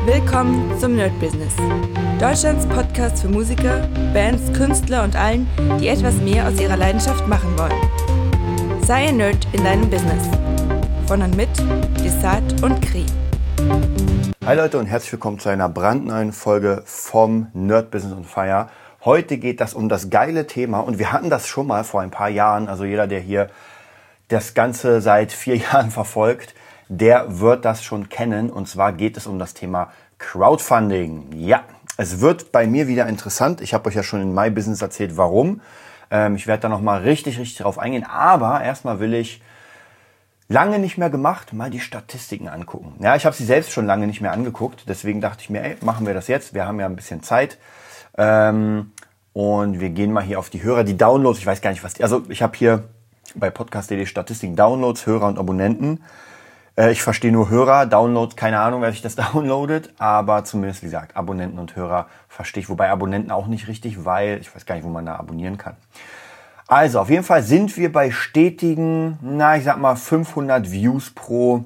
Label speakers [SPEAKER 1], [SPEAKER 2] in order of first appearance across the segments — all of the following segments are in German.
[SPEAKER 1] Willkommen zum Nerd Business. Deutschlands Podcast für Musiker, Bands, Künstler und allen, die etwas mehr aus ihrer Leidenschaft machen wollen. Sei ein Nerd in deinem Business. Von und mit Desart und Kri.
[SPEAKER 2] Hi Leute und herzlich willkommen zu einer brandneuen Folge vom Nerd Business on Fire. Heute geht das um das geile Thema und wir hatten das schon mal vor ein paar Jahren. Also jeder, der hier das Ganze seit 4 Jahren verfolgt, der wird das schon kennen. Und zwar geht es um das Thema Crowdfunding. Ja, es wird bei mir wieder interessant. Ich habe euch ja schon in My Business erzählt, warum. Ich werde da nochmal richtig drauf eingehen. Aber erstmal will ich, lange nicht mehr gemacht, mal die Statistiken angucken. Ja, ich habe sie selbst schon lange nicht mehr angeguckt. Deswegen dachte ich mir, machen wir das jetzt. Wir haben ja ein bisschen Zeit. Und wir gehen mal hier auf die Hörer, die Downloads. Ich weiß gar nicht, also ich habe hier bei podcast.de Statistiken, Downloads, Hörer und Abonnenten. Ich verstehe nur Hörer, Downloads, keine Ahnung, wer sich das downloadet, aber zumindest, wie gesagt, Abonnenten und Hörer verstehe ich, wobei Abonnenten auch nicht richtig, weil ich weiß gar nicht, wo man da abonnieren kann. Also, auf jeden Fall sind wir bei stetigen, ich sag mal 500 Views pro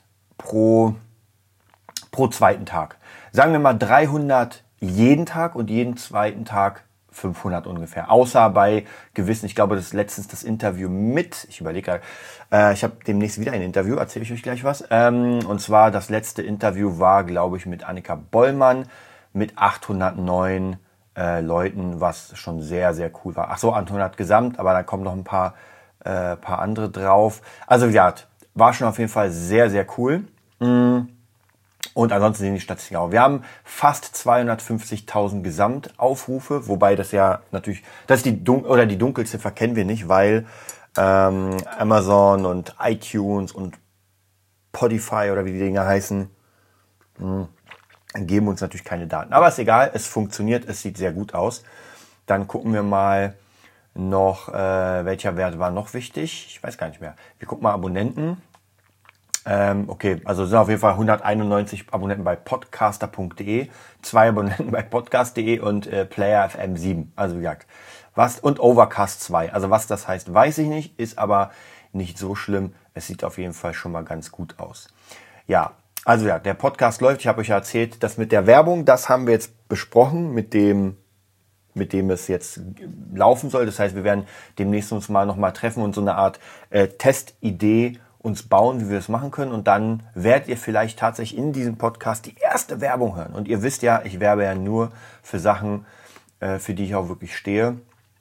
[SPEAKER 2] zweiten Tag. Sagen wir mal 300 jeden Tag und jeden zweiten Tag 500 ungefähr. Außer bei gewissen, ich glaube, das ist letztens das Interview mit, ich überlege gerade, ich habe demnächst wieder ein Interview, erzähle ich euch gleich was. Und zwar das letzte Interview war, glaube ich, mit Annika Bollmann mit 809 Leuten, was schon sehr cool war. Ach so, 800 gesamt, aber da kommen noch ein paar andere drauf. Also ja, war schon auf jeden Fall sehr cool. Und ansonsten sehen die Statistiken auch. Wir haben fast 250.000 Gesamtaufrufe, wobei das ja natürlich, das ist die Dunkelziffer kennen wir nicht, weil Amazon und iTunes und Spotify oder wie die Dinger heißen, geben uns natürlich keine Daten. Aber ist egal, es funktioniert, es sieht sehr gut aus. Dann gucken wir mal noch, welcher Wert war noch wichtig? Ich weiß gar nicht mehr. Wir gucken mal Abonnenten. Okay, also sind auf jeden Fall 191 Abonnenten bei podcaster.de, 2 Abonnenten bei podcast.de und Player FM 7. Also wie gesagt, und Overcast 2. Also was das heißt, weiß ich nicht, ist aber nicht so schlimm. Es sieht auf jeden Fall schon mal ganz gut aus. Ja, also ja, der Podcast läuft. Ich habe euch ja erzählt, das mit der Werbung, das haben wir jetzt besprochen, mit dem es jetzt laufen soll. Das heißt, wir werden demnächst uns mal nochmal treffen und so eine Art Testidee uns bauen, wie wir das machen können. Und dann werdet ihr vielleicht tatsächlich in diesem Podcast die erste Werbung hören. Und ihr wisst ja, ich werbe ja nur für Sachen, für die ich auch wirklich stehe.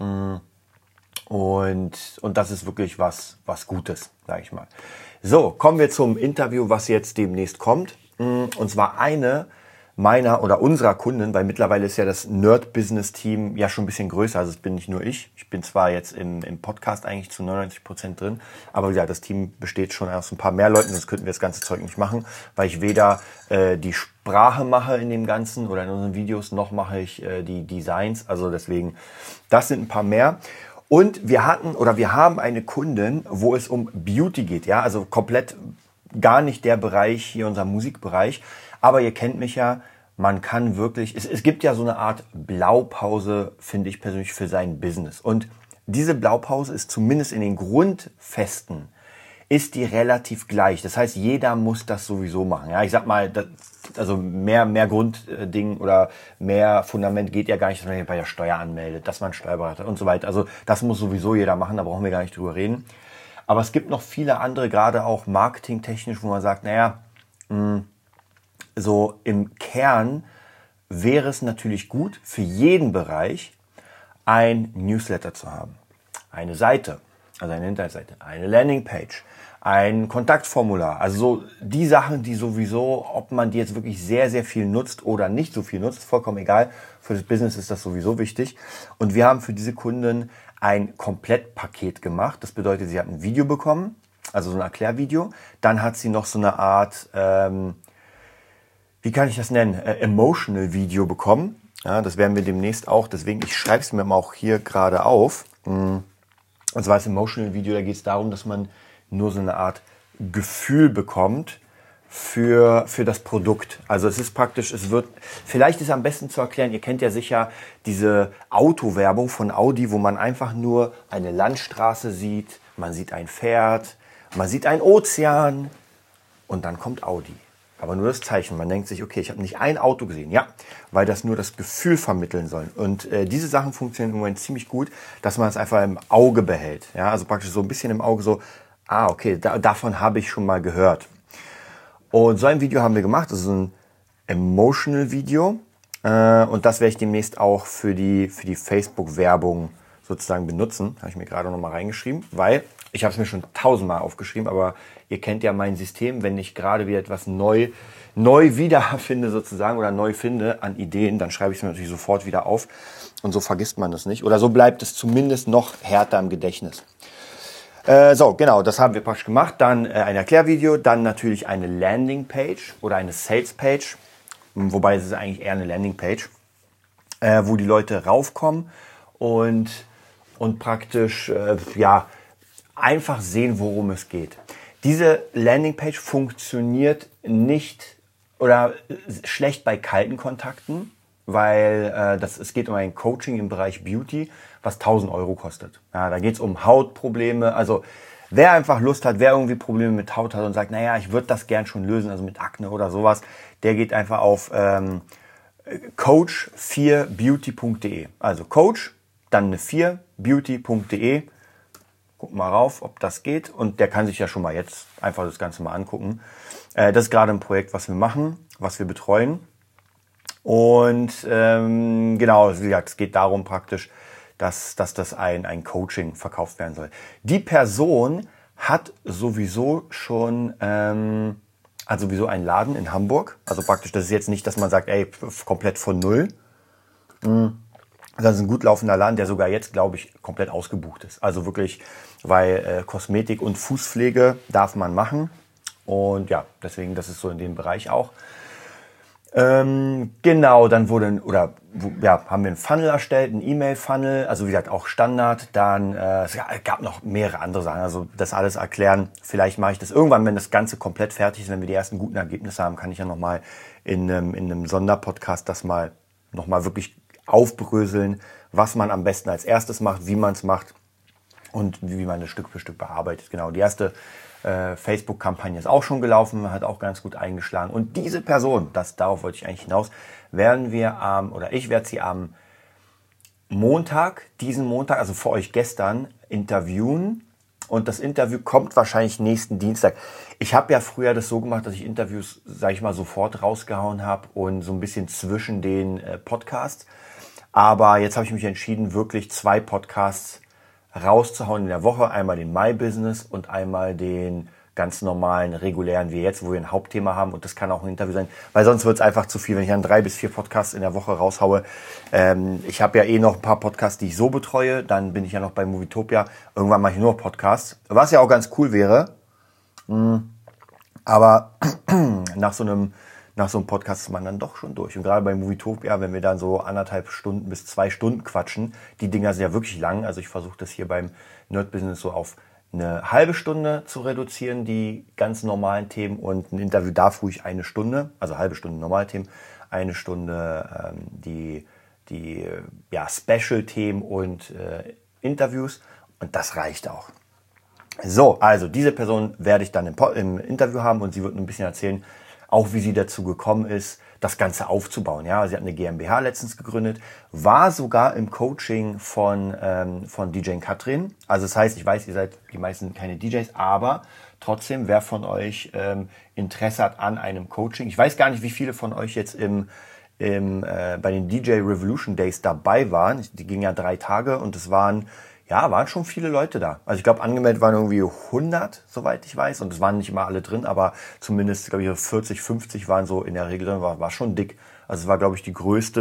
[SPEAKER 2] Und das ist wirklich was Gutes, sage ich mal. So, kommen wir zum Interview, was jetzt demnächst kommt. Und zwar eine meiner oder unserer Kunden, weil mittlerweile ist ja das Nerd-Business-Team ja schon ein bisschen größer. Also es bin nicht nur ich. Ich bin zwar jetzt im Podcast eigentlich zu 99% drin, aber ja, das Team besteht schon aus ein paar mehr Leuten, sonst könnten wir das ganze Zeug nicht machen, weil ich weder die Sprache mache in dem Ganzen oder in unseren Videos, noch mache ich die Designs. Also deswegen, das sind ein paar mehr. Und wir haben eine Kundin, wo es um Beauty geht, ja, also komplett gar nicht der Bereich hier, unser Musikbereich. Aber ihr kennt mich ja, man kann wirklich, es gibt ja so eine Art Blaupause, finde ich persönlich, für sein Business. Und diese Blaupause ist zumindest in den Grundfesten, ist die relativ gleich. Das heißt, jeder muss das sowieso machen. Ja, ich sag mal, also mehr Grundding oder mehr Fundament geht ja gar nicht, dass man hier bei der Steuer anmeldet, dass man Steuerberater und so weiter. Also das muss sowieso jeder machen, da brauchen wir gar nicht drüber reden. Aber es gibt noch viele andere, gerade auch marketingtechnisch, wo man sagt, so im Kern wäre es natürlich gut für jeden Bereich, ein Newsletter zu haben. Eine Seite, also eine Internetseite, eine Landingpage, ein Kontaktformular. Also so die Sachen, die sowieso, ob man die jetzt wirklich sehr viel nutzt oder nicht so viel nutzt, ist vollkommen egal. Für das Business ist das sowieso wichtig. Und wir haben für diese Kunden ein Komplettpaket gemacht. Das bedeutet, sie hat ein Video bekommen, also so ein Erklärvideo. Dann hat sie noch so eine Art wie kann ich das nennen, Emotional Video bekommen. Ja, das werden wir demnächst auch, deswegen, ich schreibe es mir mal auch hier gerade auf. Und zwar das Emotional Video, da geht es darum, dass man nur so eine Art Gefühl bekommt für das Produkt. Also es ist praktisch, vielleicht ist am besten zu erklären, ihr kennt ja sicher diese Autowerbung von Audi, wo man einfach nur eine Landstraße sieht, man sieht ein Pferd, man sieht einen Ozean und dann kommt Audi. Aber nur das Zeichen. Man denkt sich, okay, ich habe nicht ein Auto gesehen. Ja, weil das nur das Gefühl vermitteln soll. Und diese Sachen funktionieren im Moment ziemlich gut, dass man es einfach im Auge behält. Ja, also praktisch so ein bisschen im Auge so, okay, davon habe ich schon mal gehört. Und so ein Video haben wir gemacht. Das ist ein Emotional Video. Und das werde ich demnächst auch für die Facebook-Werbung sozusagen benutzen. Habe ich mir gerade nochmal reingeschrieben, weil ich habe es mir schon 1000-mal aufgeschrieben, aber ihr kennt ja mein System, wenn ich gerade wieder etwas neu wiederfinde sozusagen oder neu finde an Ideen, dann schreibe ich es mir natürlich sofort wieder auf und so vergisst man das nicht oder so bleibt es zumindest noch härter im Gedächtnis. So, genau, das haben wir praktisch gemacht. Dann ein Erklärvideo, dann natürlich eine Landingpage oder eine Salespage, wobei es ist eigentlich eher eine Landingpage, wo die Leute raufkommen und praktisch einfach sehen, worum es geht. Diese Landingpage funktioniert nicht oder schlecht bei kalten Kontakten, weil es geht um ein Coaching im Bereich Beauty, was 1000 Euro kostet. Ja, da geht es um Hautprobleme. Also wer einfach Lust hat, wer irgendwie Probleme mit Haut hat und sagt, naja, ich würde das gern schon lösen, also mit Akne oder sowas, der geht einfach auf coach4beauty.de. Also Coach, dann eine 4beauty.de. Gucken mal rauf, ob das geht. Und der kann sich ja schon mal jetzt einfach das Ganze mal angucken. Das ist gerade ein Projekt, was wir machen, was wir betreuen. Und genau, wie gesagt, es geht darum praktisch, dass das ein Coaching verkauft werden soll. Die Person hat sowieso schon sowieso einen Laden in Hamburg. Also praktisch, das ist jetzt nicht, dass man sagt, ey, komplett von null. Das ist ein gut laufender Laden, der sogar jetzt, glaube ich, komplett ausgebucht ist. Also wirklich, weil Kosmetik und Fußpflege darf man machen. Und ja, deswegen, das ist so in dem Bereich auch. Genau, dann haben wir einen Funnel erstellt, einen E-Mail-Funnel, also wie gesagt auch Standard. Dann es gab noch mehrere andere Sachen, also das alles erklären. Vielleicht mache ich das irgendwann, wenn das Ganze komplett fertig ist, wenn wir die ersten guten Ergebnisse haben, kann ich ja nochmal in einem Sonderpodcast das mal nochmal wirklich aufbröseln, was man am besten als erstes macht, wie man es macht und wie man das Stück für Stück bearbeitet. Genau, die erste Facebook-Kampagne ist auch schon gelaufen, hat auch ganz gut eingeschlagen. Und diese Person, darauf wollte ich eigentlich hinaus, ich werde sie am diesen Montag, also für euch gestern, interviewen. Und das Interview kommt wahrscheinlich nächsten Dienstag. Ich habe ja früher das so gemacht, dass ich Interviews, sage ich mal, sofort rausgehauen habe und so ein bisschen zwischen den Podcasts. Aber jetzt habe ich mich entschieden, wirklich 2 Podcasts rauszuhauen in der Woche. Einmal den My Business und einmal den ganz normalen, regulären wie jetzt, wo wir ein Hauptthema haben. Und das kann auch ein Interview sein, weil sonst wird es einfach zu viel, wenn ich dann 3 bis 4 Podcasts in der Woche raushaue. Ich habe ja noch ein paar Podcasts, die ich so betreue. Dann bin ich ja noch bei Movietopia. Irgendwann mache ich nur noch Podcasts, was ja auch ganz cool wäre. Aber nach so einem Podcast ist man dann doch schon durch. Und gerade bei Movietopia, wenn wir dann so 1,5 Stunden bis 2 Stunden quatschen, die Dinger sind ja wirklich lang. Also ich versuche das hier beim Nerd Business so auf eine halbe Stunde zu reduzieren, die ganz normalen Themen. Und ein Interview darf ruhig 1 Stunde, also halbe Stunde normale Themen, 1 Stunde die Special-Themen und Interviews. Und das reicht auch. So, also diese Person werde ich dann im Interview haben und sie wird ein bisschen erzählen, auch wie sie dazu gekommen ist, das Ganze aufzubauen. Ja, sie hat eine GmbH letztens gegründet, war sogar im Coaching von DJ Katrin. Also das heißt, ich weiß, ihr seid die meisten keine DJs, aber trotzdem, wer von euch Interesse hat an einem Coaching. Ich weiß gar nicht, wie viele von euch jetzt bei den DJ Revolution Days dabei waren. Die gingen ja 3 Tage und es waren schon viele Leute da. Also ich glaube, angemeldet waren irgendwie 100, soweit ich weiß. Und es waren nicht immer alle drin, aber zumindest, glaube ich, 40, 50 waren so in der Regel drin. War schon dick. Also es war, glaube ich, die größten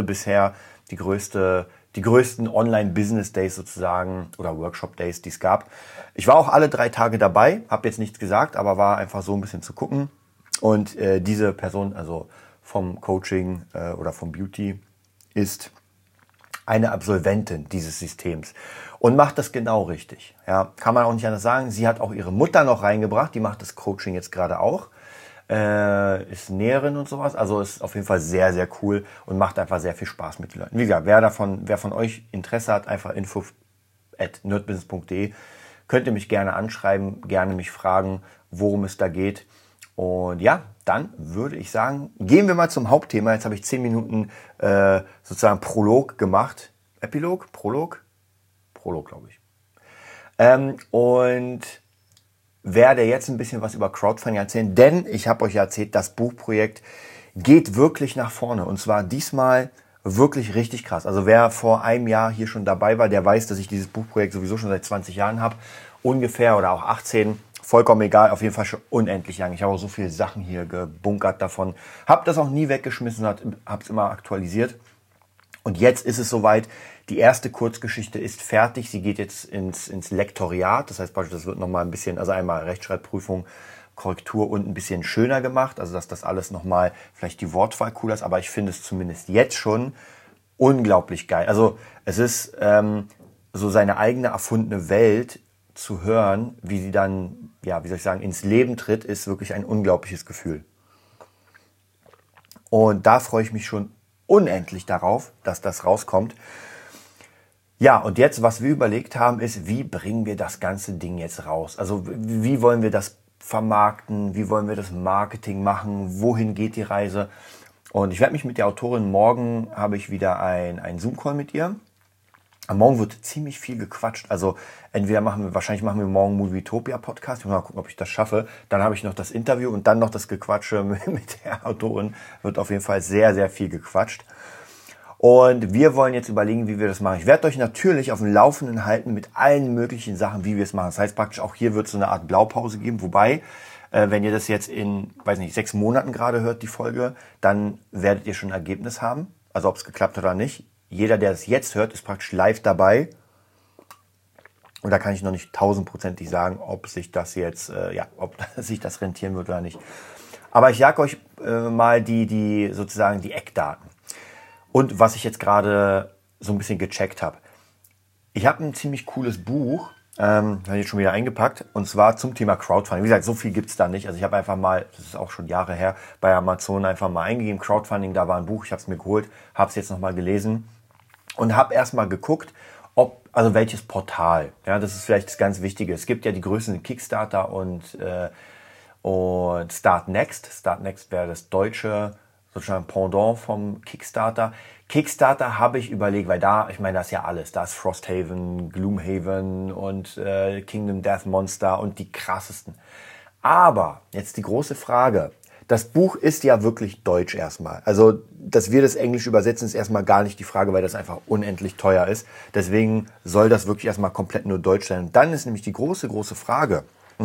[SPEAKER 2] Online-Business-Days sozusagen oder Workshop-Days, die es gab. Ich war auch alle 3 Tage dabei, habe jetzt nichts gesagt, aber war einfach so ein bisschen zu gucken. Und diese Person, also vom Coaching oder vom Beauty, ist eine Absolventin dieses Systems und macht das genau richtig. Ja, kann man auch nicht anders sagen. Sie hat auch ihre Mutter noch reingebracht, die macht das Coaching jetzt gerade auch, ist Näherin und sowas, also ist auf jeden Fall sehr, sehr cool und macht einfach sehr viel Spaß mit den Leuten. Wie gesagt, wer von euch Interesse hat, einfach info@nerdbusiness.de, könnt ihr mich gerne anschreiben, gerne mich fragen, worum es da geht. Und ja, dann würde ich sagen, gehen wir mal zum Hauptthema. Jetzt habe ich 10 Minuten sozusagen Prolog gemacht. Epilog? Prolog? Prolog, glaube ich. Und werde jetzt ein bisschen was über Crowdfunding erzählen, denn ich habe euch ja erzählt, das Buchprojekt geht wirklich nach vorne. Und zwar diesmal wirklich richtig krass. Also wer vor einem Jahr hier schon dabei war, der weiß, dass ich dieses Buchprojekt sowieso schon seit 20 Jahren habe. Ungefähr oder auch 18. Vollkommen egal, auf jeden Fall schon unendlich lang. Ich habe auch so viele Sachen hier gebunkert davon. Habe das auch nie weggeschmissen, habe es immer aktualisiert. Und jetzt ist es soweit. Die erste Kurzgeschichte ist fertig. Sie geht jetzt ins Lektoriat. Das heißt, das wird nochmal ein bisschen, also einmal Rechtschreibprüfung, Korrektur und ein bisschen schöner gemacht. Also, dass das alles nochmal, vielleicht die Wortwahl cooler ist. Aber ich finde es zumindest jetzt schon unglaublich geil. Also, es ist so seine eigene erfundene Welt zu hören, wie sie dann, ja, wie soll ich sagen, ins Leben tritt, ist wirklich ein unglaubliches Gefühl. Und da freue ich mich schon unendlich darauf, dass das rauskommt. Ja, und jetzt, was wir überlegt haben, ist, wie bringen wir das ganze Ding jetzt raus? Also, wie wollen wir das vermarkten? Wie wollen wir das Marketing machen? Wohin geht die Reise? Und ich werde mich mit der Autorin, morgen habe ich wieder ein Zoom-Call mit ihr. Am Morgen wird ziemlich viel gequatscht. Also entweder wahrscheinlich machen wir morgen Movietopia-Podcast. Ich muss mal gucken, ob ich das schaffe. Dann habe ich noch das Interview und dann noch das Gequatsche mit der Autorin. Wird auf jeden Fall sehr, sehr viel gequatscht. Und wir wollen jetzt überlegen, wie wir das machen. Ich werde euch natürlich auf dem Laufenden halten mit allen möglichen Sachen, wie wir es machen. Das heißt praktisch, auch hier wird es so eine Art Blaupause geben. Wobei, wenn ihr das jetzt in, 6 Monaten gerade hört, die Folge, dann werdet ihr schon ein Ergebnis haben. Also ob es geklappt hat oder nicht. Jeder, der es jetzt hört, ist praktisch live dabei. Und da kann ich noch nicht 1000%ig sagen, ob sich das jetzt, ob sich das rentieren wird oder nicht. Aber ich jag euch mal sozusagen die Eckdaten. Und was ich jetzt gerade so ein bisschen gecheckt habe. Ich habe ein ziemlich cooles Buch, habe ich jetzt schon wieder eingepackt, und zwar zum Thema Crowdfunding. Wie gesagt, so viel gibt's da nicht. Also ich habe einfach mal, das ist auch schon Jahre her, bei Amazon einfach mal eingegeben, Crowdfunding, da war ein Buch, ich habe es mir geholt, habe es jetzt nochmal gelesen. Und habe erstmal geguckt, welches Portal. Ja, das ist vielleicht das ganz Wichtige. Es gibt ja die größten Kickstarter und Startnext. Startnext wäre das deutsche sozusagen Pendant vom Kickstarter. Kickstarter habe ich überlegt, weil da ist ja alles. Da ist Frosthaven, Gloomhaven und Kingdom Death Monster und die krassesten. Aber jetzt die große Frage. Das Buch ist ja wirklich deutsch erstmal. Also, dass wir das Englisch übersetzen, ist erstmal gar nicht die Frage, weil das einfach unendlich teuer ist. Deswegen soll das wirklich erstmal komplett nur deutsch sein. Und dann ist nämlich die große Frage.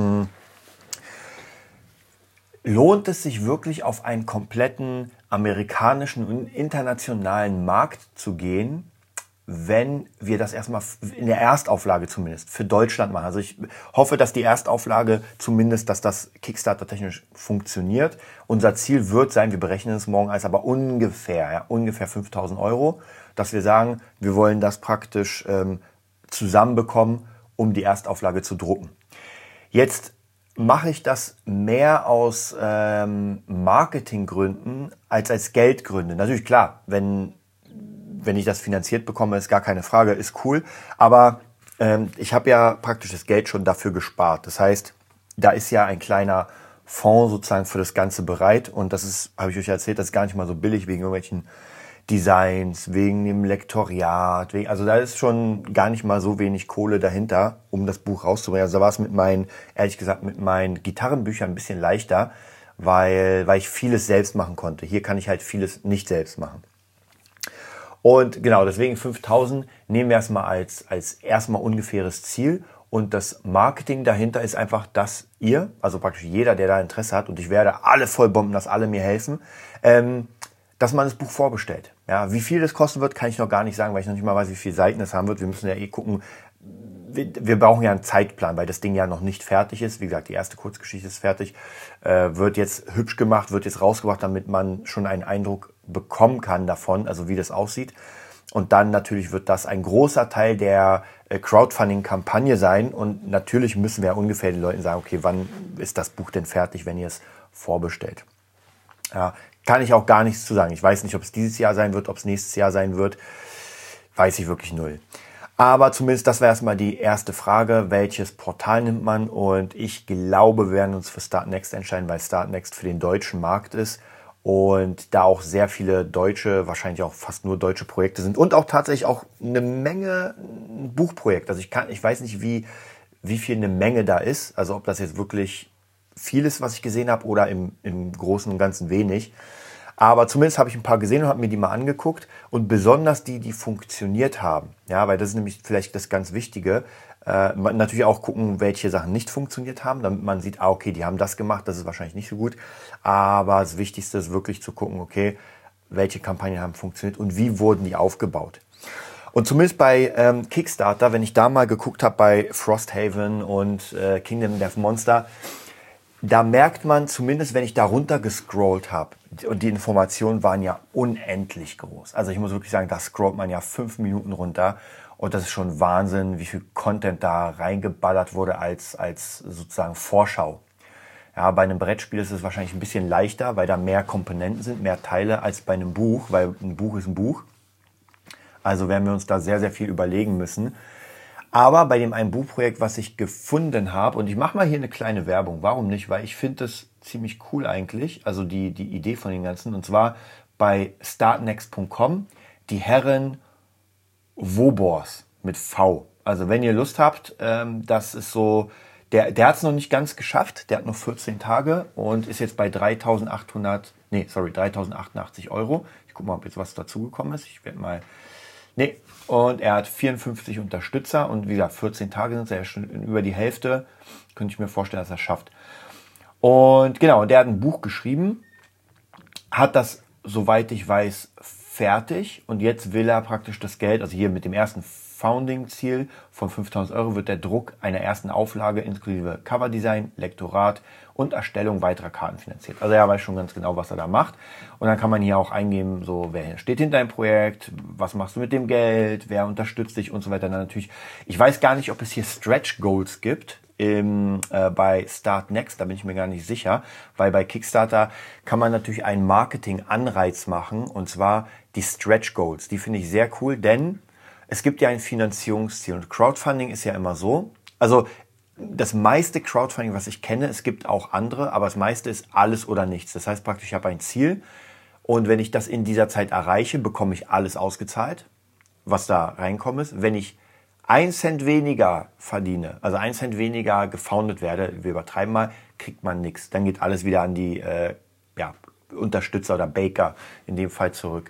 [SPEAKER 2] Lohnt es sich wirklich auf einen kompletten amerikanischen und internationalen Markt zu gehen, wenn wir das erstmal in der Erstauflage zumindest für Deutschland machen? Also ich hoffe, dass die Erstauflage zumindest, dass das Kickstarter technisch funktioniert. Unser Ziel wird sein, wir berechnen es morgen als aber ungefähr 5.000 €, dass wir sagen, wir wollen das praktisch zusammenbekommen, um die Erstauflage zu drucken. Jetzt mache ich das mehr aus Marketinggründen als Geldgründe. Natürlich klar, wenn ich das finanziert bekomme, ist gar keine Frage, ist cool. Aber ich habe ja praktisch das Geld schon dafür gespart. Das heißt, da ist ja ein kleiner Fonds sozusagen für das Ganze bereit. Und das ist, habe ich euch erzählt, das ist gar nicht mal so billig wegen irgendwelchen Designs, wegen dem Lektoriat. Also da ist schon gar nicht mal so wenig Kohle dahinter, um das Buch rauszubringen. Also da war es mit meinen Gitarrenbüchern ein bisschen leichter, weil ich vieles selbst machen konnte. Hier kann ich halt vieles nicht selbst machen. Und genau, deswegen 5.000 nehmen wir erstmal als erstmal ungefähres Ziel. Und das Marketing dahinter ist einfach, dass ihr, also praktisch jeder, der da Interesse hat, und ich werde alle vollbomben, dass alle mir helfen, dass man das Buch vorbestellt. Ja, wie viel das kosten wird, kann ich noch gar nicht sagen, weil ich noch nicht mal weiß, wie viele Seiten es haben wird. Wir müssen ja gucken. Wir brauchen ja einen Zeitplan, weil das Ding ja noch nicht fertig ist. Wie gesagt, die erste Kurzgeschichte ist fertig, wird jetzt hübsch gemacht, wird jetzt rausgebracht, damit man schon einen Eindruck bekommen kann davon, also wie das aussieht. Und dann natürlich wird das ein großer Teil der Crowdfunding-Kampagne sein. Und natürlich müssen wir ungefähr den Leuten sagen, okay, wann ist das Buch denn fertig, wenn ihr es vorbestellt? Ja, kann ich auch gar nichts zu sagen. Ich weiß nicht, ob es dieses Jahr sein wird, ob es nächstes Jahr sein wird. Weiß ich wirklich null. Aber zumindest das wäre erstmal die erste Frage, welches Portal nimmt man? Und ich glaube, wir werden uns für Startnext entscheiden, weil Startnext für den deutschen Markt ist und da auch sehr viele deutsche, wahrscheinlich auch fast nur deutsche Projekte sind und auch tatsächlich auch eine Menge Buchprojekte. Also ich weiß nicht, wie viel eine Menge da ist, also ob das jetzt wirklich viel ist, was ich gesehen habe oder im Großen und Ganzen wenig. Aber zumindest habe ich ein paar gesehen und habe mir die mal angeguckt und besonders die funktioniert haben. Ja, weil das ist nämlich vielleicht das ganz Wichtige. Natürlich auch gucken, welche Sachen nicht funktioniert haben, damit man sieht, okay, die haben das gemacht, das ist wahrscheinlich nicht so gut. Aber das Wichtigste ist wirklich zu gucken, okay, welche Kampagnen haben funktioniert und wie wurden die aufgebaut. Und zumindest bei Kickstarter, wenn ich da mal geguckt habe bei Frosthaven und Kingdom Death Monster, da merkt man zumindest, wenn ich da runter gescrollt habe, und die Informationen waren ja unendlich groß. Also ich muss wirklich sagen, da scrollt man ja 5 Minuten runter und das ist schon Wahnsinn, wie viel Content da reingeballert wurde als sozusagen Vorschau. Ja, bei einem Brettspiel ist es wahrscheinlich ein bisschen leichter, weil da mehr Komponenten sind, mehr Teile als bei einem Buch, weil ein Buch ist ein Buch. Also werden wir uns da sehr, sehr viel überlegen müssen. Aber bei dem einen Buchprojekt, was ich gefunden habe, und ich mache mal hier eine kleine Werbung, warum nicht? Weil ich finde das ziemlich cool eigentlich, also die Idee von den ganzen, und zwar bei startnext.com, die Herren Wobors mit V. Also wenn ihr Lust habt, das ist so, der hat es noch nicht ganz geschafft, der hat noch 14 Tage und ist jetzt bei 3.088 Euro. Ich gucke mal, ob jetzt was dazugekommen ist. Ich werde mal... Nee, und er hat 54 Unterstützer und wie gesagt, 14 Tage sind es ja schon über die Hälfte. Könnte ich mir vorstellen, dass er es schafft. Und genau, der hat ein Buch geschrieben, hat das, soweit ich weiß, fertig und jetzt will er praktisch das Geld, also hier mit dem ersten Founding-Ziel von 5.000 Euro wird der Druck einer ersten Auflage inklusive Coverdesign, Lektorat und Erstellung weiterer Karten finanziert. Also er weiß schon ganz genau, was er da macht. Und dann kann man hier auch eingeben, so wer steht hinter deinem Projekt, was machst du mit dem Geld, wer unterstützt dich und so weiter. Dann natürlich, ich weiß gar nicht, ob es hier Stretch Goals gibt bei Startnext, da bin ich mir gar nicht sicher, weil bei Kickstarter kann man natürlich einen Marketing-Anreiz machen und zwar die Stretch Goals. Die finde ich sehr cool, denn es gibt ja ein Finanzierungsziel und Crowdfunding ist ja immer so, also das meiste Crowdfunding, was ich kenne, es gibt auch andere, aber das meiste ist alles oder nichts. Das heißt praktisch, ich habe ein Ziel und wenn ich das in dieser Zeit erreiche, bekomme ich alles ausgezahlt, was da reinkommen ist. Wenn ich 1 Cent weniger verdiene, also 1 Cent weniger gefoundet werde, wir übertreiben mal, kriegt man nichts. Dann geht alles wieder an die Unterstützer oder Baker in dem Fall zurück.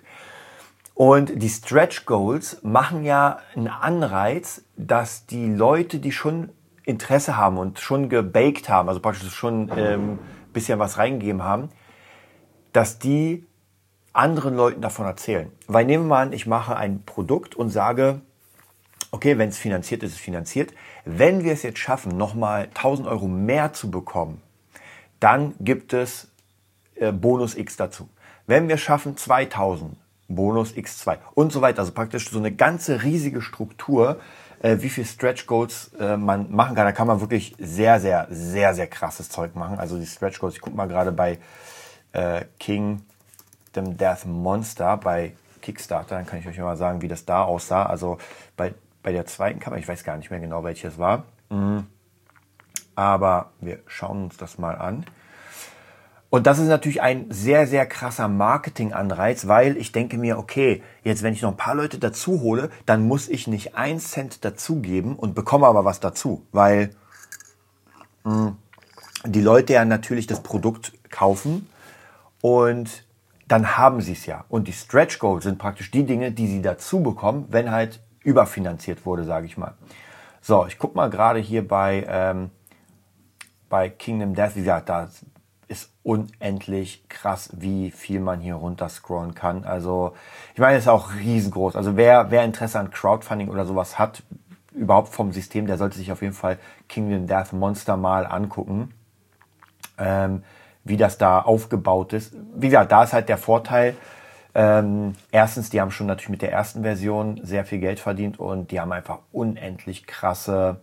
[SPEAKER 2] Und die Stretch Goals machen ja einen Anreiz, dass die Leute, die schon Interesse haben und schon gebaked haben, also praktisch schon bisschen was reingegeben haben, dass die anderen Leuten davon erzählen. Weil nehmen wir mal an, ich mache ein Produkt und sage, okay, wenn es finanziert ist, ist es finanziert. Wenn wir es jetzt schaffen, nochmal 1.000 Euro mehr zu bekommen, dann gibt es Bonus X dazu. Wenn wir schaffen 2.000, Bonus X2 und so weiter. Also praktisch so eine ganze riesige Struktur, wie viel Stretch Goals man machen kann. Da kann man wirklich sehr, sehr, sehr, sehr krasses Zeug machen. Also die Stretch Goals, ich gucke mal gerade bei Kingdom Death Monster bei Kickstarter, dann kann ich euch mal sagen, wie das da aussah. Also bei der zweiten Kamera, ich weiß gar nicht mehr genau, welche es war. Aber wir schauen uns das mal an. Und das ist natürlich ein sehr, sehr krasser Marketinganreiz, weil ich denke mir, okay, jetzt wenn ich noch ein paar Leute dazu hole, dann muss ich nicht 1 Cent dazugeben und bekomme aber was dazu, weil die Leute ja natürlich das Produkt kaufen und dann haben sie es ja. Und die Stretch Goals sind praktisch die Dinge, die sie dazu bekommen, wenn halt überfinanziert wurde, sage ich mal. So, ich gucke mal gerade hier bei Kingdom Death, wie gesagt, da ist unendlich krass, wie viel man hier runter scrollen kann. Also ich meine, es ist auch riesengroß. Also wer Interesse an Crowdfunding oder sowas hat, überhaupt vom System, der sollte sich auf jeden Fall Kingdom Death Monster mal angucken, wie das da aufgebaut ist. Wie gesagt, da ist halt der Vorteil, erstens, die haben schon natürlich mit der ersten Version sehr viel Geld verdient und die haben einfach unendlich krasse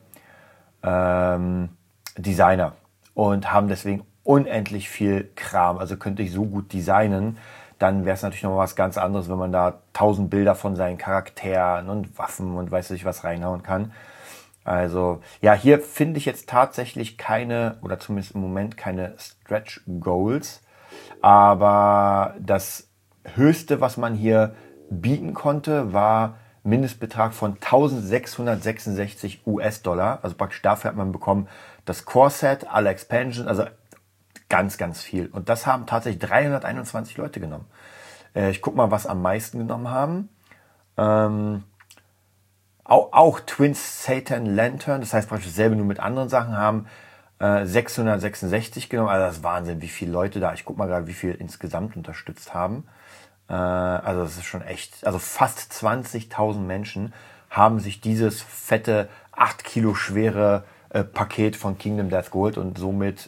[SPEAKER 2] Designer und haben deswegen unendlich viel Kram. Also könnte ich so gut designen, dann wäre es natürlich noch was ganz anderes, wenn man da 1000 Bilder von seinen Charakteren und Waffen und weiß nicht was reinhauen kann. Also ja, hier finde ich jetzt tatsächlich keine, oder zumindest im Moment keine Stretch Goals. Aber das Höchste, was man hier bieten konnte, war Mindestbetrag von 1666 US-Dollar. Also praktisch dafür hat man bekommen das Core-Set, alle Expansions, also ganz, ganz viel. Und das haben tatsächlich 321 Leute genommen. Ich guck mal, was am meisten genommen haben. Auch Twins Satan Lantern, das heißt praktisch dasselbe, nur mit anderen Sachen, haben 666 genommen. Also das ist Wahnsinn, wie viele Leute da, ich guck mal gerade, wie viel insgesamt unterstützt haben. Also das ist schon echt, also fast 20.000 Menschen haben sich dieses fette, 8 Kilo schwere Paket von Kingdom Death geholt und somit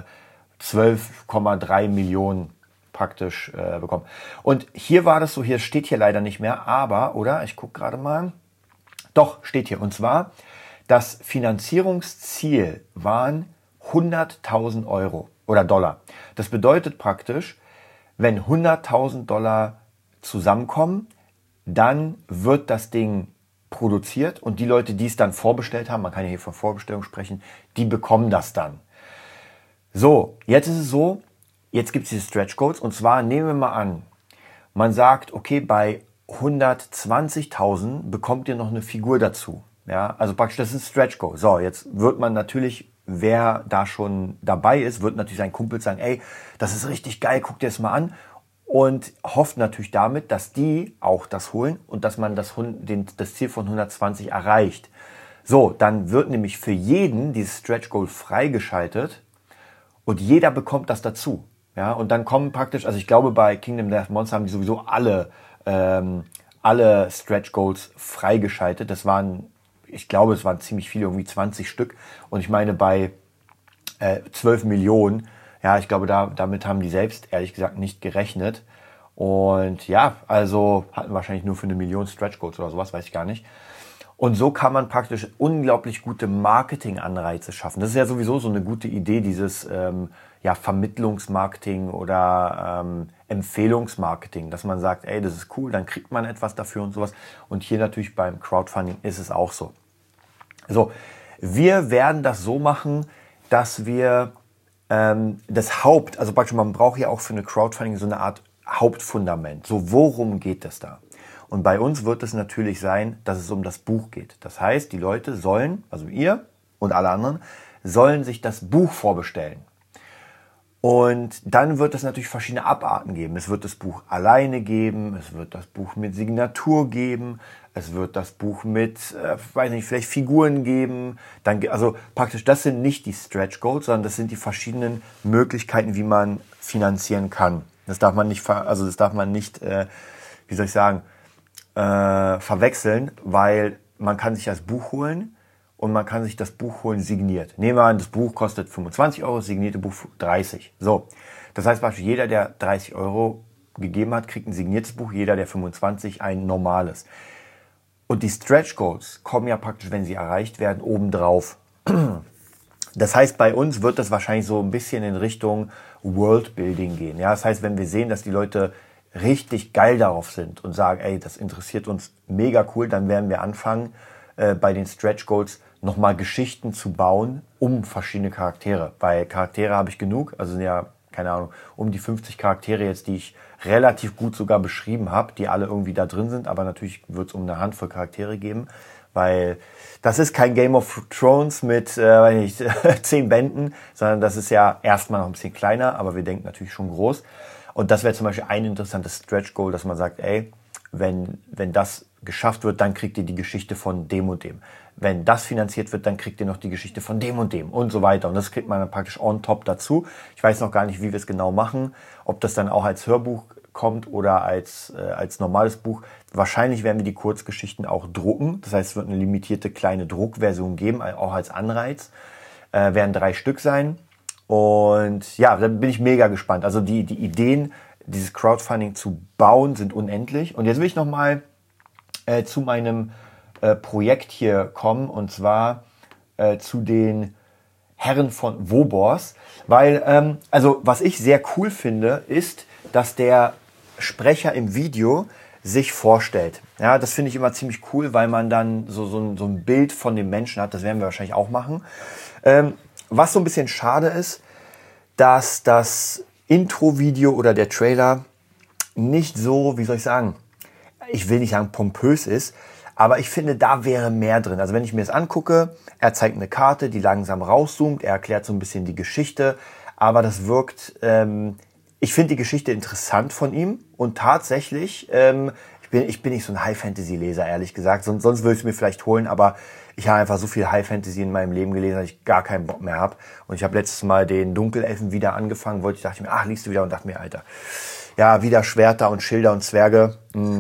[SPEAKER 2] 12,3 Millionen praktisch bekommen. Und hier war das so, hier steht hier leider nicht mehr, aber, oder? Ich gucke gerade mal. Doch, steht hier. Und zwar, das Finanzierungsziel waren 100.000 Euro oder Dollar. Das bedeutet praktisch, wenn 100.000 Dollar zusammenkommen, dann wird das Ding produziert und die Leute, die es dann vorbestellt haben, man kann ja hier von Vorbestellung sprechen, die bekommen das dann. So, jetzt ist es so, jetzt gibt es diese Stretch Goals und zwar nehmen wir mal an, man sagt, okay, bei 120.000 bekommt ihr noch eine Figur dazu. Ja, also praktisch, das ist ein Stretch Goal. So, jetzt wird man natürlich, wer da schon dabei ist, wird natürlich sein Kumpel sagen, ey, das ist richtig geil, guck dir das mal an. Und hofft natürlich damit, dass die auch das holen und dass man das Ziel von 120 erreicht. So, dann wird nämlich für jeden dieses Stretch Goal freigeschaltet und jeder bekommt das dazu. Ja, und dann kommen praktisch, also ich glaube, bei Kingdom Death Monster haben die sowieso alle Stretch Goals freigeschaltet. Das waren, ich glaube, es waren ziemlich viele, irgendwie 20 Stück. Und ich meine, bei 12 Millionen, ja, ich glaube, damit haben die selbst, ehrlich gesagt, nicht gerechnet. Und ja, also hatten wahrscheinlich nur für 1 Million Stretch Goals oder sowas, weiß ich gar nicht. Und so kann man praktisch unglaublich gute Marketinganreize schaffen. Das ist ja sowieso so eine gute Idee, dieses Vermittlungsmarketing oder Empfehlungsmarketing, dass man sagt, ey, das ist cool, dann kriegt man etwas dafür und sowas. Und hier natürlich beim Crowdfunding ist es auch so. So, wir werden das so machen, dass wir also praktisch, man braucht ja auch für eine Crowdfunding so eine Art Hauptfundament. So, worum geht es da? Und bei uns wird es natürlich sein, dass es um das Buch geht. Das heißt, die Leute sollen, also ihr und alle anderen, sollen sich das Buch vorbestellen. Und dann wird es natürlich verschiedene Abarten geben. Es wird das Buch alleine geben, es wird das Buch mit Signatur geben, es wird das Buch mit, weiß nicht, vielleicht Figuren geben. Also praktisch, das sind nicht die Stretch Goals, sondern das sind die verschiedenen Möglichkeiten, wie man finanzieren kann. Das darf man nicht, wie soll ich sagen, verwechseln, weil man kann sich das Buch holen und man kann sich das Buch holen signiert. Nehmen wir an, das Buch kostet 25 Euro, das signierte Buch 30. So, das heißt beispielsweise, jeder, der 30 Euro gegeben hat, kriegt ein signiertes Buch, jeder, der 25, ein normales. Und die Stretch Goals kommen ja praktisch, wenn sie erreicht werden, obendrauf. Das heißt, bei uns wird das wahrscheinlich so ein bisschen in Richtung Worldbuilding gehen. Ja, das heißt, wenn wir sehen, dass die Leute richtig geil darauf sind und sagen, ey, das interessiert uns mega cool, dann werden wir anfangen, bei den Stretch Goals nochmal Geschichten zu bauen um verschiedene Charaktere. Weil Charaktere habe ich genug, also sind ja, keine Ahnung, um die 50 Charaktere jetzt, die ich relativ gut sogar beschrieben habe, die alle irgendwie da drin sind, aber natürlich wird es um eine Handvoll Charaktere geben, weil das ist kein Game of Thrones mit 10 Bänden, sondern das ist ja erstmal noch ein bisschen kleiner, aber wir denken natürlich schon groß. Und das wäre zum Beispiel ein interessantes Stretch Goal, dass man sagt, ey, wenn das geschafft wird, dann kriegt ihr die Geschichte von dem und dem. Wenn das finanziert wird, dann kriegt ihr noch die Geschichte von dem und so weiter. Und das kriegt man dann praktisch on top dazu. Ich weiß noch gar nicht, wie wir es genau machen, ob das dann auch als Hörbuch kommt oder als normales Buch. Wahrscheinlich werden wir die Kurzgeschichten auch drucken. Das heißt, es wird eine limitierte kleine Druckversion geben, auch als Anreiz. Werden 3 Stück sein. Und ja, da bin ich mega gespannt. Also die Ideen, dieses Crowdfunding zu bauen, sind unendlich. Und jetzt will ich nochmal zu meinem Projekt hier kommen, und zwar zu den Herren von Wobors. Weil, also was ich sehr cool finde, ist, dass der Sprecher im Video sich vorstellt. Ja, das finde ich immer ziemlich cool, weil man dann so ein Bild von dem Menschen hat. Das werden wir wahrscheinlich auch machen. Was so ein bisschen schade ist, dass das Intro-Video oder der Trailer nicht so, wie soll ich sagen, ich will nicht sagen pompös ist, aber ich finde, da wäre mehr drin. Also wenn ich mir das angucke, er zeigt eine Karte, die langsam rauszoomt, er erklärt so ein bisschen die Geschichte, aber das wirkt, ich finde die Geschichte interessant von ihm und tatsächlich, ich bin nicht so ein High-Fantasy-Leser, ehrlich gesagt, sonst würde ich es mir vielleicht holen, aber ich habe einfach so viel High-Fantasy in meinem Leben gelesen, dass ich gar keinen Bock mehr habe. Und ich habe letztes Mal den Dunkelelfen wieder angefangen, dachte ich mir, liest du wieder und dachte mir, Alter, ja, wieder Schwerter und Schilder und Zwerge,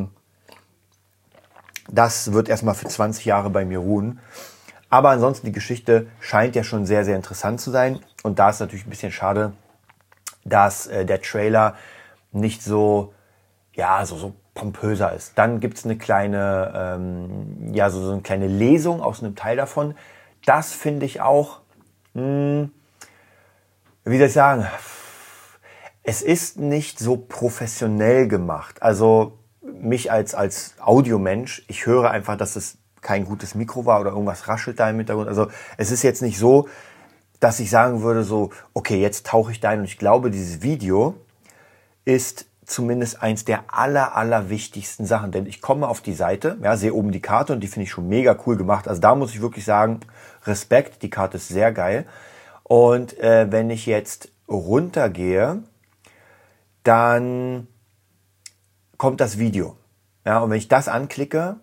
[SPEAKER 2] das wird erstmal für 20 Jahre bei mir ruhen. Aber ansonsten, die Geschichte scheint ja schon sehr, sehr interessant zu sein. Und da ist natürlich ein bisschen schade, dass der Trailer nicht so pompöser ist. Dann gibt's eine kleine, so eine kleine Lesung aus einem Teil davon. Das finde ich auch, wie soll ich sagen, es ist nicht so professionell gemacht. Also mich als Audiomensch, ich höre einfach, dass es kein gutes Mikro war oder irgendwas raschelt da im Hintergrund. Also es ist jetzt nicht so, dass ich sagen würde so, okay, jetzt tauche ich da ein. Und ich glaube, dieses Video ist zumindest eins der aller wichtigsten Sachen. Denn ich komme auf die Seite, ja, sehe oben die Karte und die finde ich schon mega cool gemacht. Also da muss ich wirklich sagen, Respekt, die Karte ist sehr geil. Und wenn ich jetzt runtergehe, dann kommt das Video. Ja, und wenn ich das anklicke,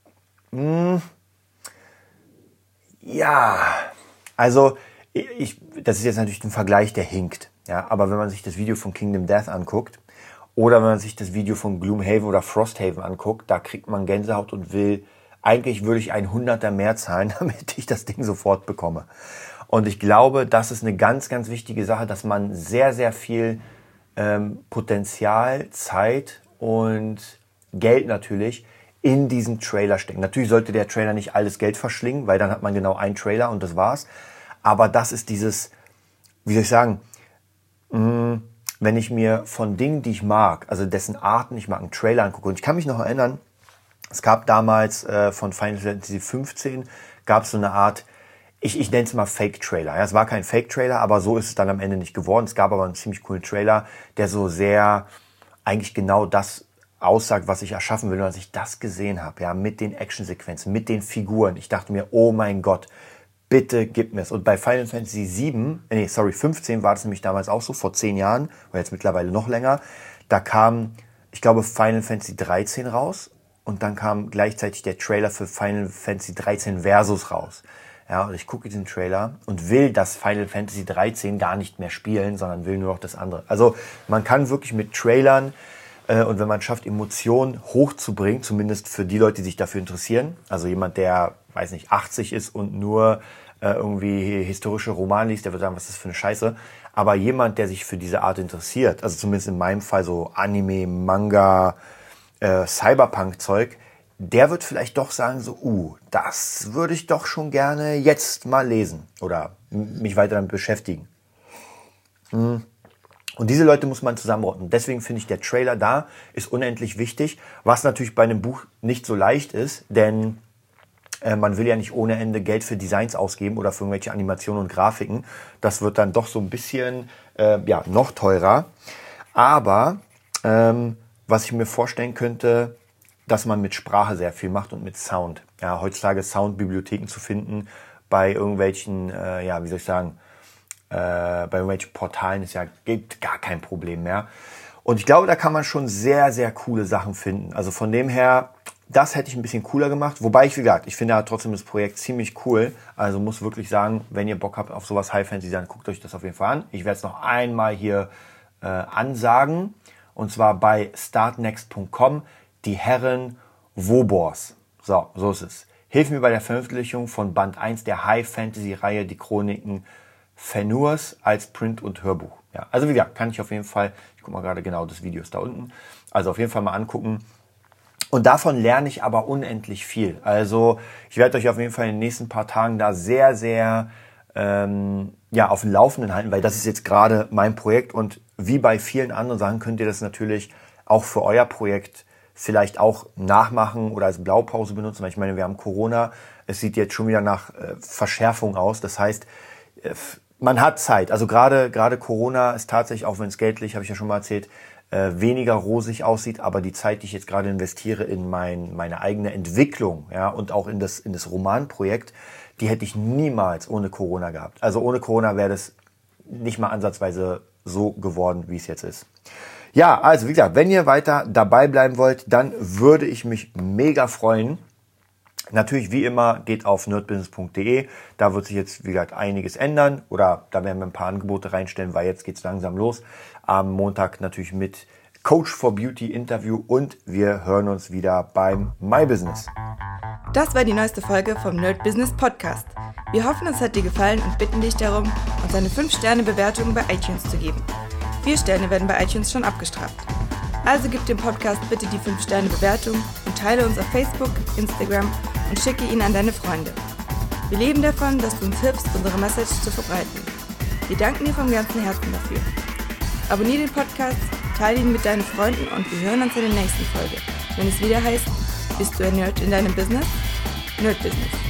[SPEAKER 2] also das ist jetzt natürlich ein Vergleich, der hinkt. Ja, aber wenn man sich das Video von Kingdom Death anguckt oder wenn man sich das Video von Gloomhaven oder Frosthaven anguckt, da kriegt man Gänsehaut und eigentlich würde ich ein 100er mehr zahlen, damit ich das Ding sofort bekomme. Und ich glaube, das ist eine ganz, ganz wichtige Sache, dass man sehr, sehr viel Potenzial, Zeit und Geld natürlich in diesen Trailer stecken. Natürlich sollte der Trailer nicht alles Geld verschlingen, weil dann hat man genau einen Trailer und das war's. Aber das ist dieses, wie soll ich sagen, wenn ich mir von Dingen, die ich mag, also dessen Arten ich mag, einen Trailer angucke. Und ich kann mich noch erinnern, es gab damals von Final Fantasy 15, gab es so eine Art, ich nenne es mal Fake-Trailer. Ja, es war kein Fake-Trailer, aber so ist es dann am Ende nicht geworden. Es gab aber einen ziemlich coolen Trailer, der so sehr eigentlich genau das aussagt, was ich erschaffen will. Und als ich das gesehen habe, ja, mit den Actionsequenzen, mit den Figuren, ich dachte mir, oh mein Gott, bitte gib mir es. Und bei Final Fantasy 15 war das nämlich damals auch so, vor 10 Jahren, oder jetzt mittlerweile noch länger. Da kam, ich glaube, Final Fantasy 13 raus und dann kam gleichzeitig der Trailer für Final Fantasy 13 Versus raus. Ja, und ich gucke diesen Trailer und will das Final Fantasy 13 gar nicht mehr spielen, sondern will nur noch das andere. Also man kann wirklich mit Trailern und wenn man schafft, Emotionen hochzubringen, zumindest für die Leute, die sich dafür interessieren, also jemand, der, 80 ist und nur irgendwie historische Romane liest, der wird sagen, was ist das für eine Scheiße. Aber jemand, der sich für diese Art interessiert, also zumindest in meinem Fall so Anime, Manga, Cyberpunk-Zeug, der wird vielleicht doch sagen so, das würde ich doch schon gerne jetzt mal lesen oder mich weiter damit beschäftigen. Und diese Leute muss man zusammenrotten. Deswegen finde ich, der Trailer da ist unendlich wichtig, was natürlich bei einem Buch nicht so leicht ist, denn man will ja nicht ohne Ende Geld für Designs ausgeben oder für irgendwelche Animationen und Grafiken. Das wird dann doch so ein bisschen noch teurer. Aber was ich mir vorstellen könnte, dass man mit Sprache sehr viel macht und mit Sound. Ja, heutzutage Soundbibliotheken zu finden bei irgendwelchen, bei irgendwelchen Portalen gibt gar kein Problem mehr. Und ich glaube, da kann man schon sehr, sehr coole Sachen finden. Also von dem her, das hätte ich ein bisschen cooler gemacht. Wobei ich, wie gesagt, ich finde ja trotzdem das Projekt ziemlich cool. Also muss wirklich sagen, wenn ihr Bock habt auf sowas High Fantasy, dann guckt euch das auf jeden Fall an. Ich werde es noch einmal hier ansagen. Und zwar bei startnext.com. Die Herren Wobors. So ist es. Hilf mir bei der Veröffentlichung von Band 1 der High-Fantasy-Reihe Die Chroniken Fenurs als Print- und Hörbuch. Ja, also wie gesagt, kann ich auf jeden Fall, ich gucke mal gerade genau, das Video ist da unten, also auf jeden Fall mal angucken. Und davon lerne ich aber unendlich viel. Also ich werde euch auf jeden Fall in den nächsten paar Tagen da sehr, sehr auf dem Laufenden halten, weil das ist jetzt gerade mein Projekt und wie bei vielen anderen Sachen könnt ihr das natürlich auch für euer Projekt vielleicht auch nachmachen oder als Blaupause benutzen. Weil ich meine, wir haben Corona, es sieht jetzt schon wieder nach Verschärfung aus. Das heißt, man hat Zeit. Also gerade Corona ist tatsächlich, auch wenn es geldlich, habe ich ja schon mal erzählt, weniger rosig aussieht, aber die Zeit, die ich jetzt gerade investiere in meine eigene Entwicklung, ja, und auch in das Romanprojekt, die hätte ich niemals ohne Corona gehabt. Also ohne Corona wäre das nicht mal ansatzweise so geworden, wie es jetzt ist. Ja, also wie gesagt, wenn ihr weiter dabei bleiben wollt, dann würde ich mich mega freuen. Natürlich, wie immer, geht auf nerdbusiness.de. Da wird sich jetzt, wie gesagt, einiges ändern. Oder da werden wir ein paar Angebote reinstellen, weil jetzt geht's langsam los. Am Montag natürlich mit Coach for Beauty Interview. Und wir hören uns wieder beim My Business.
[SPEAKER 1] Das war die neueste Folge vom Nerd Business Podcast. Wir hoffen, es hat dir gefallen und bitten dich darum, uns eine 5-Sterne-Bewertung bei iTunes zu geben. 4 Sterne werden bei iTunes schon abgestraft. Also gib dem Podcast bitte die 5-Sterne-Bewertung und teile uns auf Facebook, Instagram und schicke ihn an deine Freunde. Wir leben davon, dass du uns hilfst, unsere Message zu verbreiten. Wir danken dir vom ganzen Herzen dafür. Abonniere den Podcast, teile ihn mit deinen Freunden und wir hören uns in der nächsten Folge, wenn es wieder heißt, bist du ein Nerd in deinem Business? Nerd Business.